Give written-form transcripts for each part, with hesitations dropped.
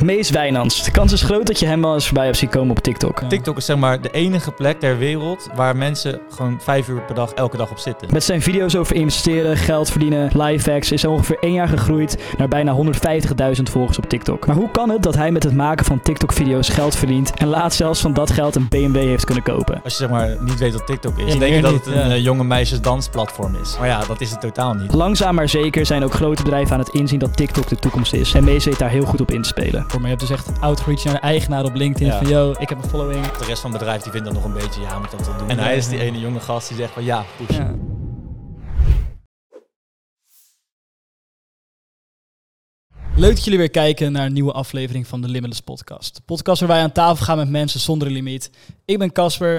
Mees Wijnands. De kans is groot dat je hem wel eens voorbij hebt zien komen op TikTok. TikTok is zeg maar de enige plek ter wereld waar mensen gewoon 5 uur per dag, elke dag op zitten. Met zijn video's over investeren, geld verdienen, lifehacks is hij ongeveer 1 jaar gegroeid naar bijna 150.000 volgers op TikTok. Maar hoe kan het dat hij met het maken van TikTok-video's geld verdient en laatst zelfs van dat geld een BMW heeft kunnen kopen? Als je zeg maar niet weet wat TikTok is, dan denk je dat het een jonge meisjes dansplatform is. Maar ja, dat is het totaal niet. Langzaam maar zeker zijn ook grote bedrijven aan het inzien dat TikTok de toekomst is. En Mees weet daar heel goed op in te spelen. Maar je hebt dus echt outreach naar de eigenaar op LinkedIn van yo, ik heb een following. De rest van het bedrijf die vindt dat nog een beetje, ja, moet dat wel doen. En hij is die ene jonge gast die zegt van ja, push. Ja. Leuk dat jullie weer kijken naar een nieuwe aflevering van de Limitless Podcast. De podcast waar wij aan tafel gaan met mensen zonder een limiet. Ik ben Casper.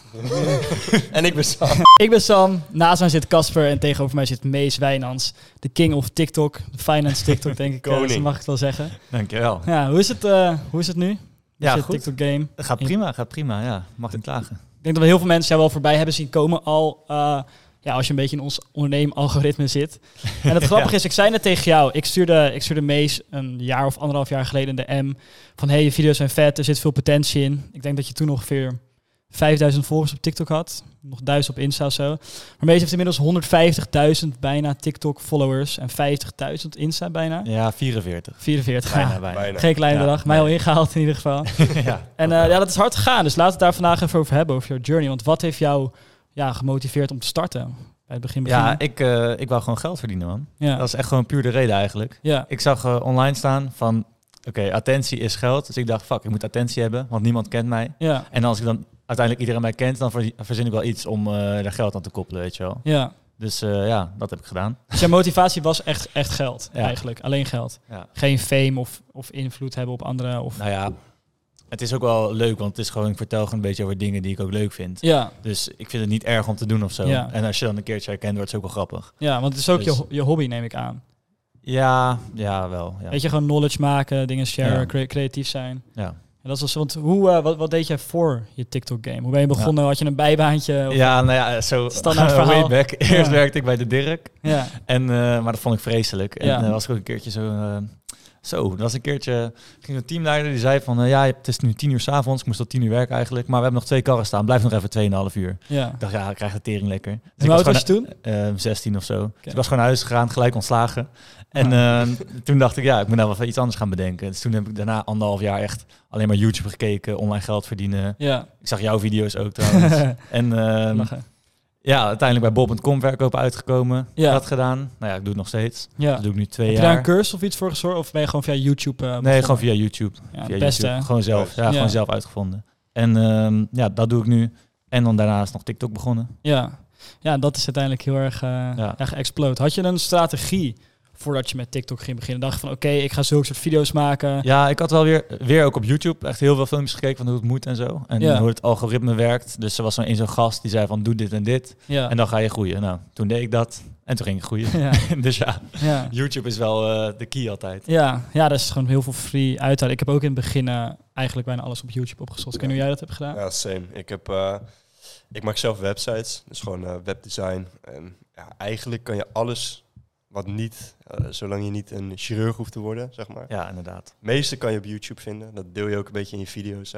En ik ben Sam. Ik ben Sam. Naast mij zit Casper en tegenover mij zit Mees Wijnands. De king of TikTok. De finance TikTok, denk ik. Dat mag ik wel zeggen. Dankjewel. Ja, hoe is het nu? Ja, goed. TikTok game. Gaat prima. Ja, mag niet klagen. Ik denk dat we heel veel mensen jou wel voorbij hebben zien komen al... als je een beetje in ons onderneem-algoritme zit. En het grappige is, ik zei net tegen jou, ik stuurde Mees een jaar of 1,5 jaar geleden de M van hey, je video's zijn vet, er zit veel potentie in. Ik denk dat je toen ongeveer 5000 volgers op TikTok had, nog 1000 op Insta of zo. Maar Mees heeft inmiddels 150.000 bijna TikTok-followers en 50.000 Insta bijna. Ja, 44. 44, Bijna. Geen kleine dag, mij al ingehaald in ieder geval. Ja. En dat is hard gegaan, dus laten we het daar vandaag even over hebben, over jouw journey. Want wat heeft jou gemotiveerd om te starten? Bij het begin. Ja, ik wou gewoon geld verdienen, man. Ja. Dat is echt gewoon puur de reden eigenlijk. Ja. Ik zag online staan van, oké, attentie is geld. Dus ik dacht, fuck, ik moet attentie hebben, want niemand kent mij. Ja. En als ik dan uiteindelijk iedereen mij kent, dan verzin ik wel iets om daar geld aan te koppelen, weet je wel. Ja. Dus dat heb ik gedaan. Dus jouw motivatie was echt geld, Ja. eigenlijk. Alleen geld. Ja. Geen fame of invloed hebben op anderen. Of... Nou ja, het is ook wel leuk, want het is gewoon, ik vertel gewoon een beetje over dingen die ik ook leuk vind. Ja. Dus ik vind het niet erg om te doen of zo. Ja. En als je dan een keertje herkend wordt, is het ook wel grappig. Ja, want het is ook Dus- je hobby, neem ik aan. Ja, wel. Ja. Weet je, gewoon knowledge maken, dingen sharen, Ja. creatief zijn. Ja. En dat was, want wat deed jij voor je TikTok-game? Hoe ben je begonnen? Had je een bijbaantje? Of... Ja, nou ja, zo Standaard verhaal. way back. Eerst werkte ik bij de Dirk. Ja. En, maar dat vond ik vreselijk. En Ja. was ik ook een keertje dat was een keertje, ging een teamleider die zei van, het is nu 10 uur 's avonds, ik moest tot 10 uur werken eigenlijk, maar we hebben nog 2 karren staan, blijf nog even 2,5 uur. Ja. Ik dacht, ik krijg de tering lekker. Dus Hoe oud was je toen? 16 of zo. Dus ik was gewoon naar huis gegaan, gelijk ontslagen. En toen dacht ik, ik moet nou wel iets anders gaan bedenken. Dus toen heb ik daarna 1,5 jaar echt alleen maar YouTube gekeken, online geld verdienen. Ja. Ik zag jouw video's ook trouwens. En uiteindelijk bij Bol.com verkopen uitgekomen. Ja. Dat gedaan. Nou ja, ik doe het nog steeds. Ja. Dat doe ik nu 2 Heb je jaar. daar een cursus of iets voor gezorgd? Of ben je gewoon via YouTube Nee, begonnen? gewoon via YouTube. Ja, Via het beste, YouTube. hè? Gewoon zelf. Ja, Ja. gewoon zelf uitgevonden. En dat doe ik nu. En dan daarnaast nog TikTok begonnen. Ja, dat is uiteindelijk heel erg geëxplode. Had je een strategie voordat je met TikTok ging beginnen? Dacht je van oké, ik ga zulke soort video's maken. Ja, ik had wel weer ook op YouTube echt heel veel filmpjes gekeken van hoe het moet en zo. En hoe het algoritme werkt. Dus er was zo'n gast die zei van doe dit en dit. Ja. En dan ga je groeien. Nou, toen deed ik dat. En toen ging ik groeien. Ja. Dus Ja. YouTube is wel de key altijd. Ja, dat is gewoon heel veel free uithalen. Ik heb ook in het begin eigenlijk bijna alles op YouTube opgezocht. Ik weet niet hoe jij dat hebt gedaan. Ja, same. Ik maak zelf websites, dus gewoon webdesign. En eigenlijk kan je alles wat niet, zolang je niet een chirurg hoeft te worden, zeg maar. Ja, inderdaad. Het meeste kan je op YouTube vinden. Dat deel je ook een beetje in je video's.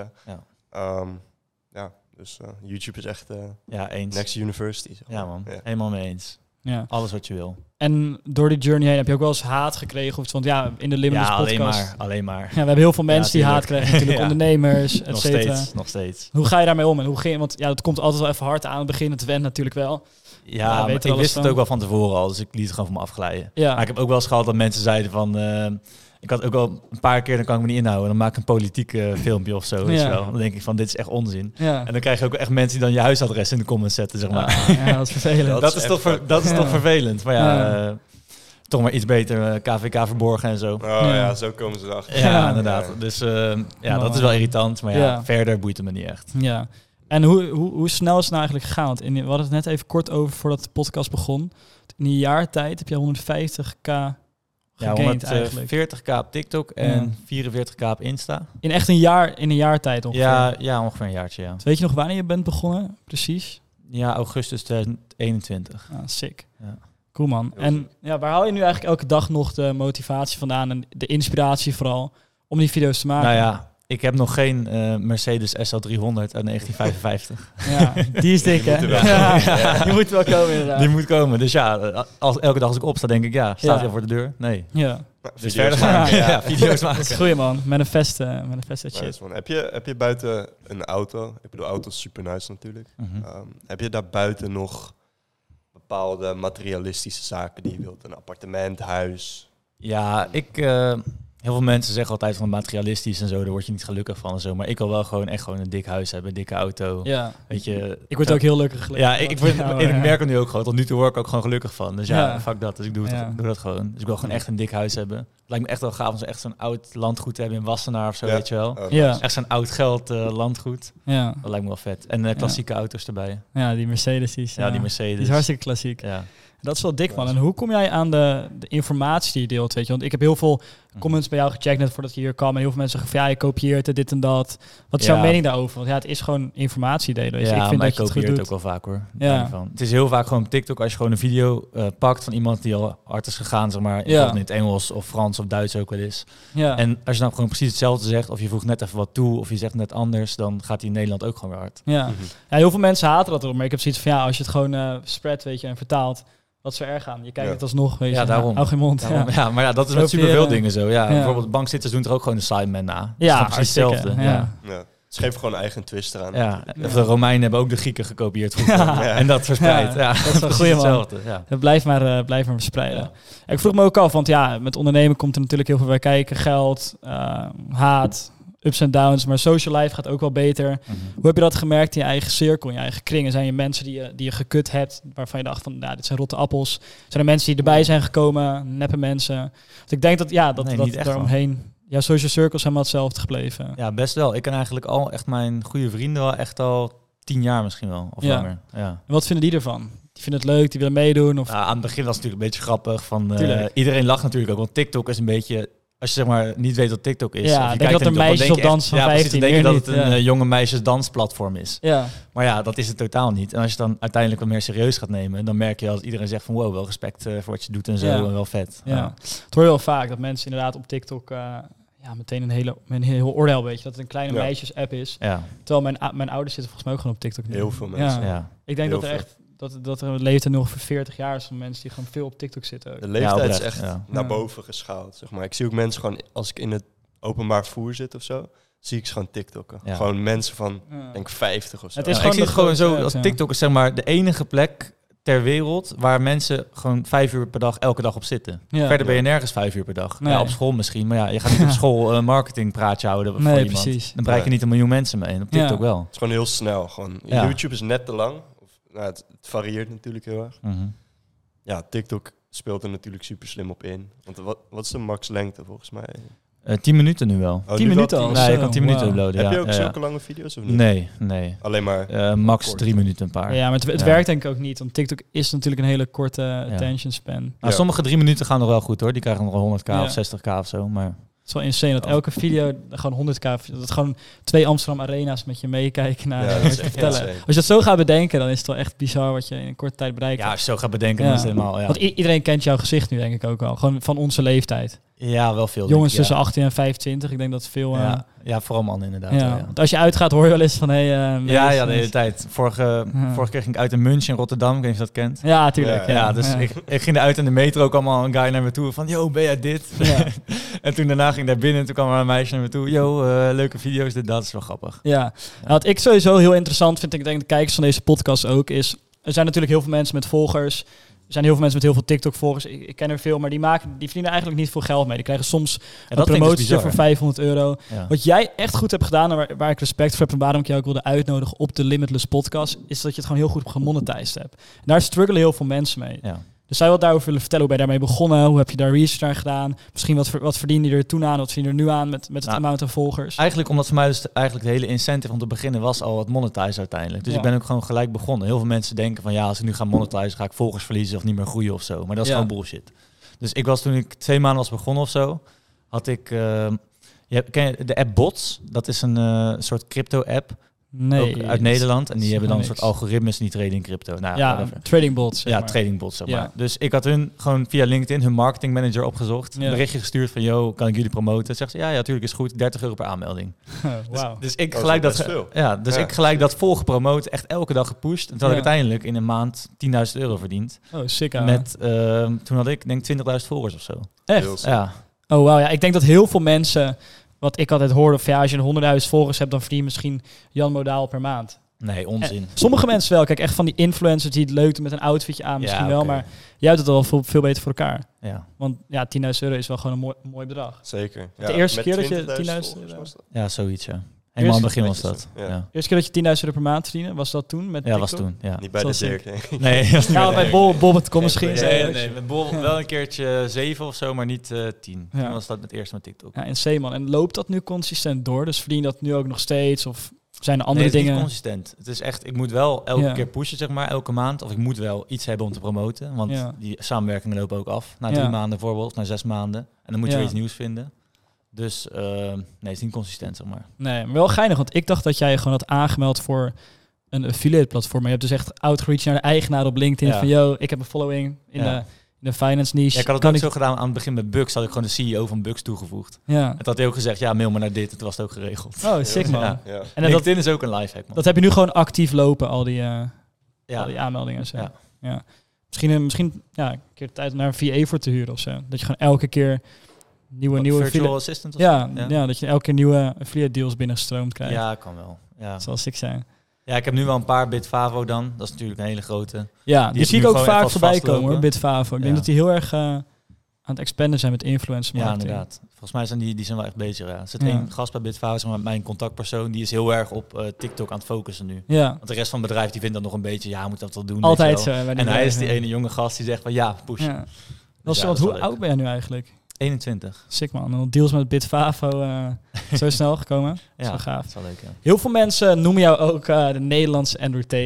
Dus YouTube is echt eens. next university. Zeg maar. Ja man, Ja. helemaal mee eens. Ja. Alles wat je wil. En door die journey heen heb je ook wel eens haat gekregen? Want in de Limitless podcast... alleen maar. Ja, we hebben heel veel mensen die haat krijgen. Natuurlijk Ja. ondernemers, et cetera. Nog steeds. Hoe ga je daarmee om? En hoe ging, want dat komt altijd wel even hard aan het begin. Het went natuurlijk wel. Ja, maar ik wist het ook wel van tevoren al. Dus ik liet het gewoon van me afglijden. Ja. Maar ik heb ook wel eens gehad dat mensen zeiden van... ik had ook wel een paar keer, dan kan ik me niet inhouden. Dan maak ik een politiek filmpje of zo. Weet je wel. Dan denk ik van, dit is echt onzin. Ja. En dan krijg je ook echt mensen die dan je huisadres in de comments zetten, zeg maar. Ja, dat is vervelend. Dat is toch vervelend. Maar toch maar iets beter KVK verborgen en zo. Zo komen ze erachter. Ja, inderdaad. Dus dat is wel irritant. Maar verder boeit het me niet echt. Ja. En hoe snel is het nou eigenlijk gegaan? Want we hadden het net even kort over voordat de podcast begon. In een jaar tijd heb je 150k gegained eigenlijk. 140k op TikTok en 44k op Insta. In echt een jaar tijd ongeveer? Ja, ongeveer een jaartje, ja. Weet je nog wanneer je bent begonnen? Precies? Ja, augustus 2021. Sick. Ja. Cool man. En waar haal je nu eigenlijk elke dag nog de motivatie vandaan en de inspiratie vooral om die video's te maken? Nou ja, ik heb nog geen Mercedes SL300 uit 1955. Ja, die is dik, hè? Die moet er wel Ja, die moet wel komen, inderdaad. Die moet komen. Dus ja, elke dag als ik opsta, denk ik, staat Ja. hij voor de deur? Nee. Ja, Dus Video's verder gaan. maken, Ja, video's dat is maken. goed, man. Manifest shit. Nice, man. Heb je buiten een auto, ik bedoel, auto is super nice natuurlijk. Mhm. Heb je daar buiten nog bepaalde materialistische zaken die je wilt? Een appartement, huis? Ja, heel veel mensen zeggen altijd van materialistisch en zo, daar word je niet gelukkig van en zo. Maar ik wil wel gewoon echt een dik huis hebben, een dikke auto. Ja, Weet je, ik word ook heel gelukkig. Ja, ik merk het nu ook gewoon. Tot nu toe word ik ook gewoon gelukkig van. Dus ja, Ja. fuck dat. Dus ik doe dat gewoon. Dus ik wil gewoon echt een dik huis hebben. Het lijkt me echt wel gaaf om echt zo'n oud landgoed te hebben in Wassenaar of zo, Ja. weet je wel. Oh, Ja. nice. Echt zo'n oud geld landgoed. Ja. Dat lijkt me wel vet. En klassieke auto's erbij. Ja, die Mercedes die Ja, die Mercedes. Die is hartstikke klassiek. Ja. Dat is wel dik, man. En hoe kom jij aan de informatie die je deelt, weet je? Want ik heb heel veel comments bij jou gecheckt net voordat je hier kwam. En heel veel mensen zeggen van, ja, je kopieert het, dit en dat. Wat is jouw mening daarover? Want ja, het is gewoon informatie delen. Weet je? Ja, ik vind maar dat je het goed kopieer doet. het ook wel vaak, hoor. Ja. Het is heel vaak gewoon op TikTok, als je gewoon een video pakt van iemand die al hard is gegaan, zeg maar, Ja. in het Engels of Frans of Duits ook wel is. Ja. En als je dan gewoon precies hetzelfde zegt, of je voegt net even wat toe, of je zegt net anders, dan gaat hij in Nederland ook gewoon weer hard. Ja. Mhm. Ja, heel veel mensen haten dat erop. Maar ik heb zoiets van, ja, als je het gewoon spreadt, weet je, en vertaalt, wat is er erg aan? Je kijkt Ja. het alsnog, weet je. Ja, daarom. Hou geen mond. Daarom, Ja. ja, maar ja, dat is met Kopieer, superveel dingen zo. Ja, ja. bijvoorbeeld bankzitters doen er ook gewoon de Sideman na. Dat is Ja, gewoon precies hartstikke, hetzelfde. ja. Ja. Ja. Ze geven gewoon een eigen twist eraan. Ja. Of de Romeinen hebben ook de Grieken gekopieerd vroeger. Ja. En dat verspreid. Ja, Ja, dat is wel precies goeie, man. hetzelfde. Ja. Het blijft maar verspreiden. Ja. En ik vroeg me ook af, want ja, met ondernemen komt er natuurlijk heel veel bij kijken. Geld, haat, ups en downs. Maar social life gaat ook wel beter. Mhm. Hoe heb je dat gemerkt in je eigen cirkel, in je eigen kringen? Zijn je mensen die je gekut hebt, waarvan je dacht van, nou, dit zijn rotte appels? Zijn er mensen die erbij zijn gekomen, neppe mensen? Want ik denk dat, ja, dat, Nee, dat niet echt, daaromheen, jouw social circles helemaal hetzelfde gebleven. Ja, best wel. Ik ken eigenlijk al echt mijn goede vrienden wel echt al 10 jaar misschien wel. Of Ja. langer. Ja. En wat vinden die ervan? Die vinden het leuk, die willen meedoen? Of... Ja, aan het begin was het natuurlijk een beetje grappig. Tuurlijk. Iedereen lacht natuurlijk ook, want TikTok is een beetje... Als je zeg maar niet weet wat TikTok is, Ja, of je denk dat er niet dan meisjes denk je op dansen van ja, precies, 15, dan denk je dat meer het een niet, jonge meisjes dansplatform is. Ja, Maar ja, dat is het totaal niet. En als je dan uiteindelijk wat meer serieus gaat nemen, dan merk je dat iedereen zegt van wow, wel respect voor wat je doet en zo, Ja. en wel vet. ja. Het hoor je wel vaak, dat mensen inderdaad op TikTok meteen een heel oordeel, weet je, dat het een kleine Ja. meisjes-app is. Ja, Terwijl mijn ouders zitten volgens mij ook gewoon op TikTok nu. Heel veel mensen. Ja. ja. Ik denk Heel dat er veel. echt dat er een leeftijd nog voor 40 jaar is van mensen die gewoon veel op TikTok zitten. ook. De leeftijd is oprecht, echt ja. naar Ja. boven geschaald, zeg maar. Ik zie ook mensen gewoon, als ik in het openbaar vervoer zit of zo, zie ik ze gewoon TikTokken. Ja. Gewoon mensen van, Ja. denk 50 of zo. Het is Ja, gewoon ik zie de het gewoon zo, grootste als app, ja. TikTok is zeg maar de enige plek ter wereld waar mensen gewoon 5 uur per dag elke dag op zitten. Ja. Verder ben je nergens 5 uur per dag. Nee. Ja, op school misschien, maar ja, je gaat niet op school een marketingpraatje houden voor Nee, iemand. precies. Dan bereik je Nee. niet 1 miljoen mensen mee. En op TikTok Ja. wel. Het is gewoon heel snel. Gewoon. Ja. YouTube is net te lang. Of, nou, het varieert natuurlijk heel erg. Mhm. Ja, TikTok speelt er natuurlijk super slim op in. Want wat is de max lengte volgens mij? 10 minuten nu wel. Oh, 10 nu wel minuten 10 al? Nee, zo, je kan 10 minuten wauw. uploaden. Heb ja. je ook Ja, zulke lange video's of niet? Nee. Alleen maar... Max kort. 3 minuten een paar. Ja, maar het Ja. werkt denk ik ook niet, want TikTok is natuurlijk een hele korte attention span. Nou, Ja. sommige 3 minuten gaan nog wel goed hoor. Die krijgen nog wel 100k Ja. of 60k of zo. Maar Het is wel insane dat elke video gewoon 100k, dat gewoon 2 Amsterdam Arena's met je meekijken naar Ja, dat wat is je echt vertellen. insane. Als je dat zo gaat bedenken, dan is het wel echt bizar wat je in een korte tijd bereikt. ja, als je zo gaat bedenken, Ja. dan is het helemaal... Ja, Want iedereen kent jouw gezicht nu denk ik ook wel. Gewoon van onze leeftijd. ja wel veel. Jongens denk ik, tussen 18 en 25. Ik denk dat veel... ja, vooral mannen inderdaad. ja. Ja. Want als je uitgaat hoor je wel eens van... Hey, Ja, de hele tijd. Vorige keer ging ik uit in München in Rotterdam. Ik weet niet of je dat kent. Ja, tuurlijk. Ja, dus ik ging eruit in de metro. Ook allemaal een guy naar me toe van... Yo, ben jij dit? Ja. En toen daarna ging ik daar binnen. En toen kwam er een meisje naar me toe. Yo, leuke video's. Dat is wel grappig. Ja. Nou, wat ik sowieso heel interessant vind, ik denk de kijkers van deze podcast ook, is... Er zijn natuurlijk heel veel mensen met volgers. Er zijn heel veel mensen met heel veel TikTok-volgers. Ik ken er veel, maar die verdienen eigenlijk niet veel geld mee. Die krijgen soms En een dat vind ik dus promotie bizar. voor €500. Ja. Wat jij echt goed hebt gedaan en waar ik respect voor heb en waarom ik jou ook wilde uitnodigen op de Limitless podcast, is dat je het gewoon heel goed gemonetized hebt. En daar struggelen heel veel mensen mee. Ja. Dus zou je wat daarover willen vertellen? Hoe ben je daarmee begonnen? Hoe heb je daar research naar gedaan? Misschien wat verdien je er toen aan? Wat verdien je er nu aan met het Nou, amount aan volgers? Eigenlijk omdat voor mij dus eigenlijk de hele incentive om te beginnen was al wat monetize uiteindelijk. Dus Ja. ik ben ook gewoon gelijk begonnen. Heel veel mensen denken van ja, als ik nu ga monetize ga ik volgers verliezen of niet meer groeien of zo. Maar dat is Ja. gewoon bullshit. Dus ik was toen ik 2 maanden was begonnen of zo, had ik... ken je de app Bots? Dat is een soort crypto app Nee. Ook uit Nederland. En die zeg hebben dan maar een soort niks. algoritmes die traden in crypto. Nou, Ja, whatever. trading bots. zeg Ja, maar. trading bots, zeg maar. Ja. Dus ik had hun gewoon via LinkedIn hun marketing manager opgezocht. Ja. Een berichtje gestuurd van, yo, kan ik jullie promoten? Zegt ze, ja, natuurlijk is goed. €30 per aanmelding. Wauw. Dus ik Dat gelijk is dat, best veel. ik gelijk dat vol gepromoot. Echt elke dag gepusht. En toen had ik Ja. uiteindelijk in een maand €10.000 verdiend. Oh, sick. Ja. Met, toen had ik denk 20.000 volgers of zo. Echt? Heel Ja, Oh, wauw. Ja, ik denk dat heel veel mensen, wat ik altijd hoorde, van ja, als je 100.000 volgers hebt, dan verdien je misschien Jan Modaal per maand. nee, onzin. Sommige mensen wel. Kijk, echt van die influencers die het leuk doen met een outfitje aan, misschien Ja, wel. oké. Maar jij hebt het al veel beter voor elkaar. Ja. Want ja, €10.000 is wel gewoon een mooi bedrag. Zeker. De eerste met keer dat je 20.000 10.000 volgers was dat. Ja, zoiets, ja. Helemaal aan het begin was netjes, dat. ja. Ja, De eerste keer dat je €10.000 per maand verdiende, was dat toen met ja was TikTok? toen. Ja. Niet bij de Zoals Dirk, denk ik. Nee, dat was niet Ja, bij bij de- bol.com misschien. Nee, met Bol wel een keertje 7 of zo, maar niet 10. Ja. Toen was dat het eerste met TikTok. Ja, en man. En loopt dat nu consistent door? Dus verdien je dat nu ook nog steeds? Of zijn er Nee, andere het is dingen? niet consistent. Het is echt, ik moet wel elke Ja. keer pushen, zeg maar, elke maand. Of ik moet wel iets hebben om te promoten. Want Ja. die samenwerkingen lopen ook af. Na Ja. 3 maanden bijvoorbeeld, na 6 maanden. En dan moet je Ja. weer iets nieuws vinden. Dus nee, het is niet consistent, zeg maar. Nee, maar wel geinig. Want ik dacht dat jij je gewoon had aangemeld voor een affiliate platform. Maar je hebt dus echt outreach naar de eigenaar op LinkedIn. Ja. Van, yo, ik heb een following in, Ja. in de finance niche. Ja, ik had het Kan ook zo gedaan aan het begin met Bucks. Had ik gewoon de CEO van Bucks toegevoegd. Ja. En toen had hij ook gezegd, ja, mail maar naar dit. En toen was het ook geregeld. Oh, sick man. Ja. Ja. En dat, LinkedIn is ook een lifehack, man. dat heb je nu gewoon actief lopen, al die Ja. aanmeldingen. Zo. Ja. Ja. Misschien een keer tijd om naar een VA voor te huren of zo. Dat je gewoon elke keer nieuwe Virtual affiliate... assistant of Ja, zo? ja, dat je elke keer nieuwe affiliate deals binnengestroomd krijgt. Ja, kan wel. Ja. Zoals ik zei. Ja, ik heb nu wel een paar Bitfavo dan. Dat is natuurlijk een hele grote. Ja, die heb zie ik nu ook gewoon vaak echt voorbij vast komen hoor, vastlopen. Bitfavo. Ik denk Ja. dat die heel erg aan het expanden zijn met influencer Ja, marketing. inderdaad. Volgens mij zijn die zijn wel echt bezig. Ja. Er zit Ja. één gast bij Bitfavo, zeg maar, mijn contactpersoon. Die is heel erg op TikTok aan het focussen nu. Ja, Want de rest van het bedrijf die vindt dat nog een beetje, ja, moet dat wel doen. altijd weet je zo. wel. bij die En hij is bedrijven. die ene jonge gast die zegt van ja, push. Ja. Dat is, ja, want dat is hoe wel oud leuk. ben jij nu eigenlijk? 21. Sick man. En dan deals met Bitfavo zo snel gekomen. Dat is Ja, wel gaaf. dat is wel leuk, ja. Heel veel mensen noemen jou ook de Nederlandse Andrew Tate.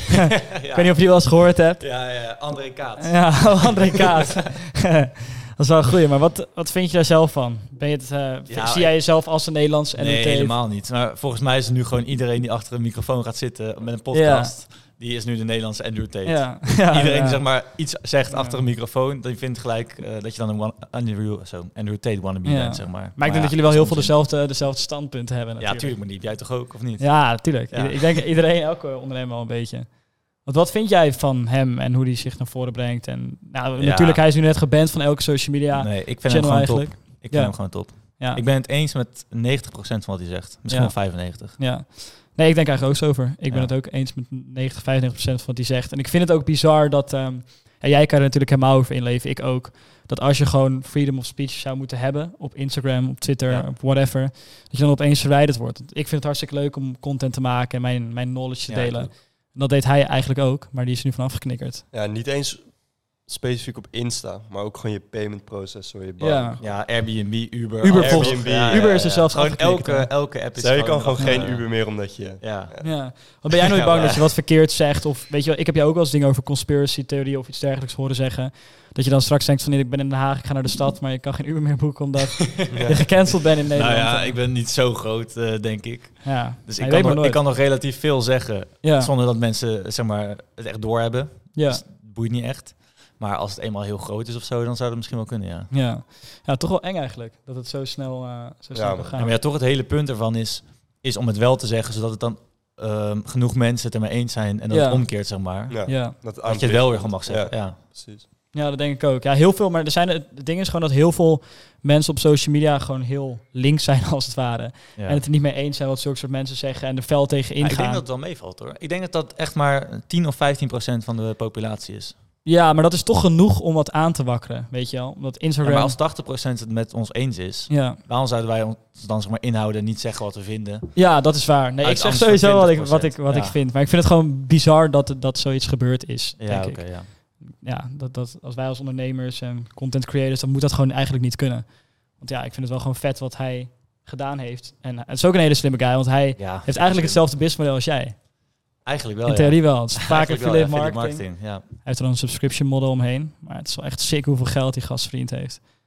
Ik weet niet of je die wel eens gehoord hebt. Ja, André Kaat. Ja, André Kaat. Dat is wel een goeie, maar wat vind je daar zelf van? Ben je het, Ja, zie jij jezelf als de Nederlandse Andrew Nee, Tate? helemaal niet. Maar volgens mij is het nu gewoon iedereen die achter een microfoon gaat zitten met een podcast. Die is nu de Nederlandse Andrew Tate. Ja. Iedereen ja. die zeg maar iets zegt Ja. achter een microfoon, die vindt gelijk dat je dan een Andrew Tate wannabe Ja. bent, zeg maar. Maar ik denk dat jullie wel heel veel onzin. dezelfde standpunten hebben Ja, natuurlijk. tuurlijk, maar die heb jij toch ook, of niet? Ja, natuurlijk. Ja. Ik denk iedereen, elke ondernemer wel een beetje. Want wat vind jij van hem en hoe hij zich naar voren brengt? En nou, Ja. natuurlijk, hij is nu net geband van elke social media Nee, ik vind hem channel gewoon eigenlijk. top. Ik vind Ja. hem gewoon top. Ja. Ik ben het eens met 90% van wat hij zegt. Misschien Ja. wel 95%. Ja. Nee, ik denk eigenlijk ook zo over. Ik ben Ja. het ook eens met 95% van wat hij zegt. En ik vind het ook bizar dat... ja, jij kan er natuurlijk helemaal over inleven, ik ook. Dat als je gewoon freedom of speech zou moeten hebben... op Instagram, op Twitter, Ja. op whatever... dat je dan opeens verwijderd wordt. Want ik vind het hartstikke leuk om content te maken... en mijn knowledge te Ja, delen. ik ook. En dat deed hij eigenlijk ook, maar die is er nu vanaf geknikkerd. Ja, niet eens specifiek op Insta, maar ook gewoon je payment processor, je Ja. bank. Ja, Airbnb, Uber. Uber alles. volgens- Ja, Uber is er zelfs Gewoon afgeknikkerd, elke app is Stel, je kan gewoon eraf. geen Ja. Uber meer omdat je... Ja. Ja. Want ben jij nooit Ja, bang maar- dat je wat verkeerd zegt? Of weet je wel, ik heb jou ook wel eens dingen over conspiracy theorie of iets dergelijks horen zeggen. Dat je dan straks denkt van ik ben in Den Haag, ik ga naar de stad, maar je kan geen Uber meer boeken omdat je gecanceld bent in Nederland. Nou ja, ik ben niet zo groot, denk ik. Ja. Dus Ja, ik je weet kan, maar nog, nooit. ik kan nog relatief veel zeggen, Ja. zonder dat mensen zeg maar, het echt doorhebben. Ja. Dus het boeit niet echt. Maar als het eenmaal heel groot is of zo, dan zou dat misschien wel kunnen, ja. Ja, toch wel eng eigenlijk. Dat het zo snel, kan maar- gaan. Ja, maar ja, toch het hele punt ervan is om het wel te zeggen, zodat het dan genoeg mensen het ermee eens zijn en dat Ja. het omkeert, zeg maar. Ja, Ja. dat Dat je het wel weer gewoon mag zeggen. Ja. precies. Ja, dat denk ik ook. Ja, heel veel, maar het ding is gewoon dat heel veel mensen op social media gewoon heel links zijn als het ware. Ja. En het er niet mee eens zijn wat zulke soort mensen zeggen en er fel tegen Ja, ik ingaan. denk dat het wel meevalt, hoor. Ik denk dat dat echt maar 10 of 15% van de populatie is. Ja, maar dat is toch genoeg om wat aan te wakkeren, weet je wel. Omdat Ja, Instagram... maar als 80% het met ons eens is, ja. waarom zouden wij ons dan zeg maar inhouden en niet zeggen wat we vinden? Ja, dat is waar. Nee, Uit ik zeg angst voor sowieso wat ik ja. vind. Maar ik vind het gewoon bizar dat zoiets gebeurd is, Ja, denk oké, ik. ja. Ja, dat als wij als ondernemers en content creators, dan moet dat gewoon eigenlijk niet kunnen. Want ja, ik vind het wel gewoon vet wat hij gedaan heeft. En het is ook een hele slimme guy, want hij Ja, heeft eigenlijk hetzelfde businessmodel als jij. Eigenlijk wel, In theorie wel. Het is vaak Eigenlijk wel, affiliate ja, marketing. Ja. Hij heeft er dan een subscription model omheen. Maar het is wel echt sick hoeveel geld die gast verdiend heeft.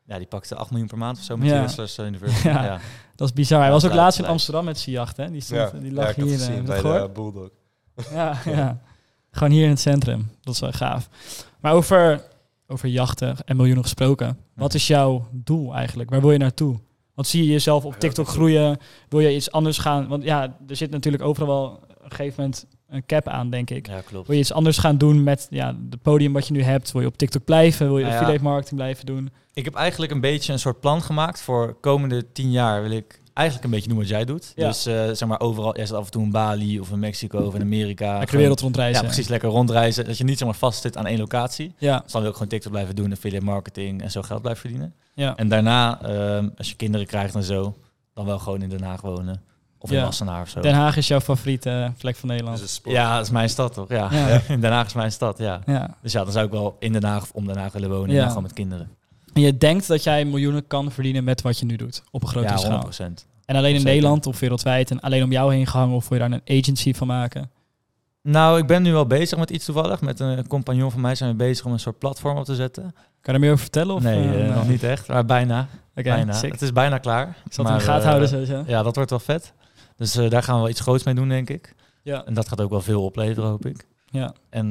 Ja, die pakte 8 miljoen per maand of zo met Ja. die Hustlers University. Ja. Ja. Dat is bizar. Hij Ja, was ook gelijk, laatst in gelijk. Amsterdam met zijn jacht, hè? Die, Ja, die lag ik had hier. gezien Heb je bij dat gehoord? de Bulldog. Ja, ja. Gewoon hier in het centrum. Dat is wel gaaf. Maar over jachten en miljoenen gesproken. Wat is jouw doel eigenlijk? Waar wil je naartoe? Want zie je jezelf op TikTok groeien? Wil je iets anders gaan? Want ja, er zit natuurlijk overal wel op een gegeven moment een cap aan, denk ik. Ja, klopt. Wil je iets anders gaan doen met het podium wat je nu hebt? Wil je op TikTok blijven? Wil je Nou ja. affiliate marketing blijven doen? Ik heb eigenlijk een beetje een soort plan gemaakt voor komende 10 jaar wil ik eigenlijk een beetje doen wat jij doet. Ja. Dus zeg maar overal, eerst af en toe in Bali of in Mexico of in Amerika. Lekker de Gewoon- wereld rondreizen. Ja, precies. Lekker rondreizen. Dat je niet zeg maar vast zit aan één locatie. Ja, Dus dan wil ik gewoon TikTok blijven doen, affiliate marketing en zo geld blijven verdienen. ja. En daarna, als je kinderen krijgt en zo, dan wel gewoon in Den Haag wonen. Of in Ja. Wassenaar of zo. Den Haag is jouw favoriete plek van Nederland. Dus een sport. Ja, dat is mijn stad toch? Ja. Ja. Den Haag is mijn stad, ja. Ja. Dus ja, dan zou ik wel in Den Haag of om Den Haag willen wonen Ja. en dan gewoon met kinderen. En je denkt dat jij miljoenen kan verdienen met wat je nu doet. Op een grote Ja, schaal. 100%. En alleen in Zeker. Nederland of wereldwijd en alleen om jou heen gehangen of wil je daar een agency van maken? Nou, ik ben nu wel bezig met iets toevallig. Met een compagnon van mij zijn we bezig om een soort platform op te zetten. Kan je er meer over vertellen? Of, Nee, nog niet echt, maar bijna. Oké, bijna. sick. Het is bijna klaar. Ik zal het in de Maar, gaten houden sowieso. Ja, dat wordt wel vet. Dus daar gaan we wel iets groots mee doen, denk ik. Ja. En dat gaat ook wel veel opleveren, hoop ik. Ja. En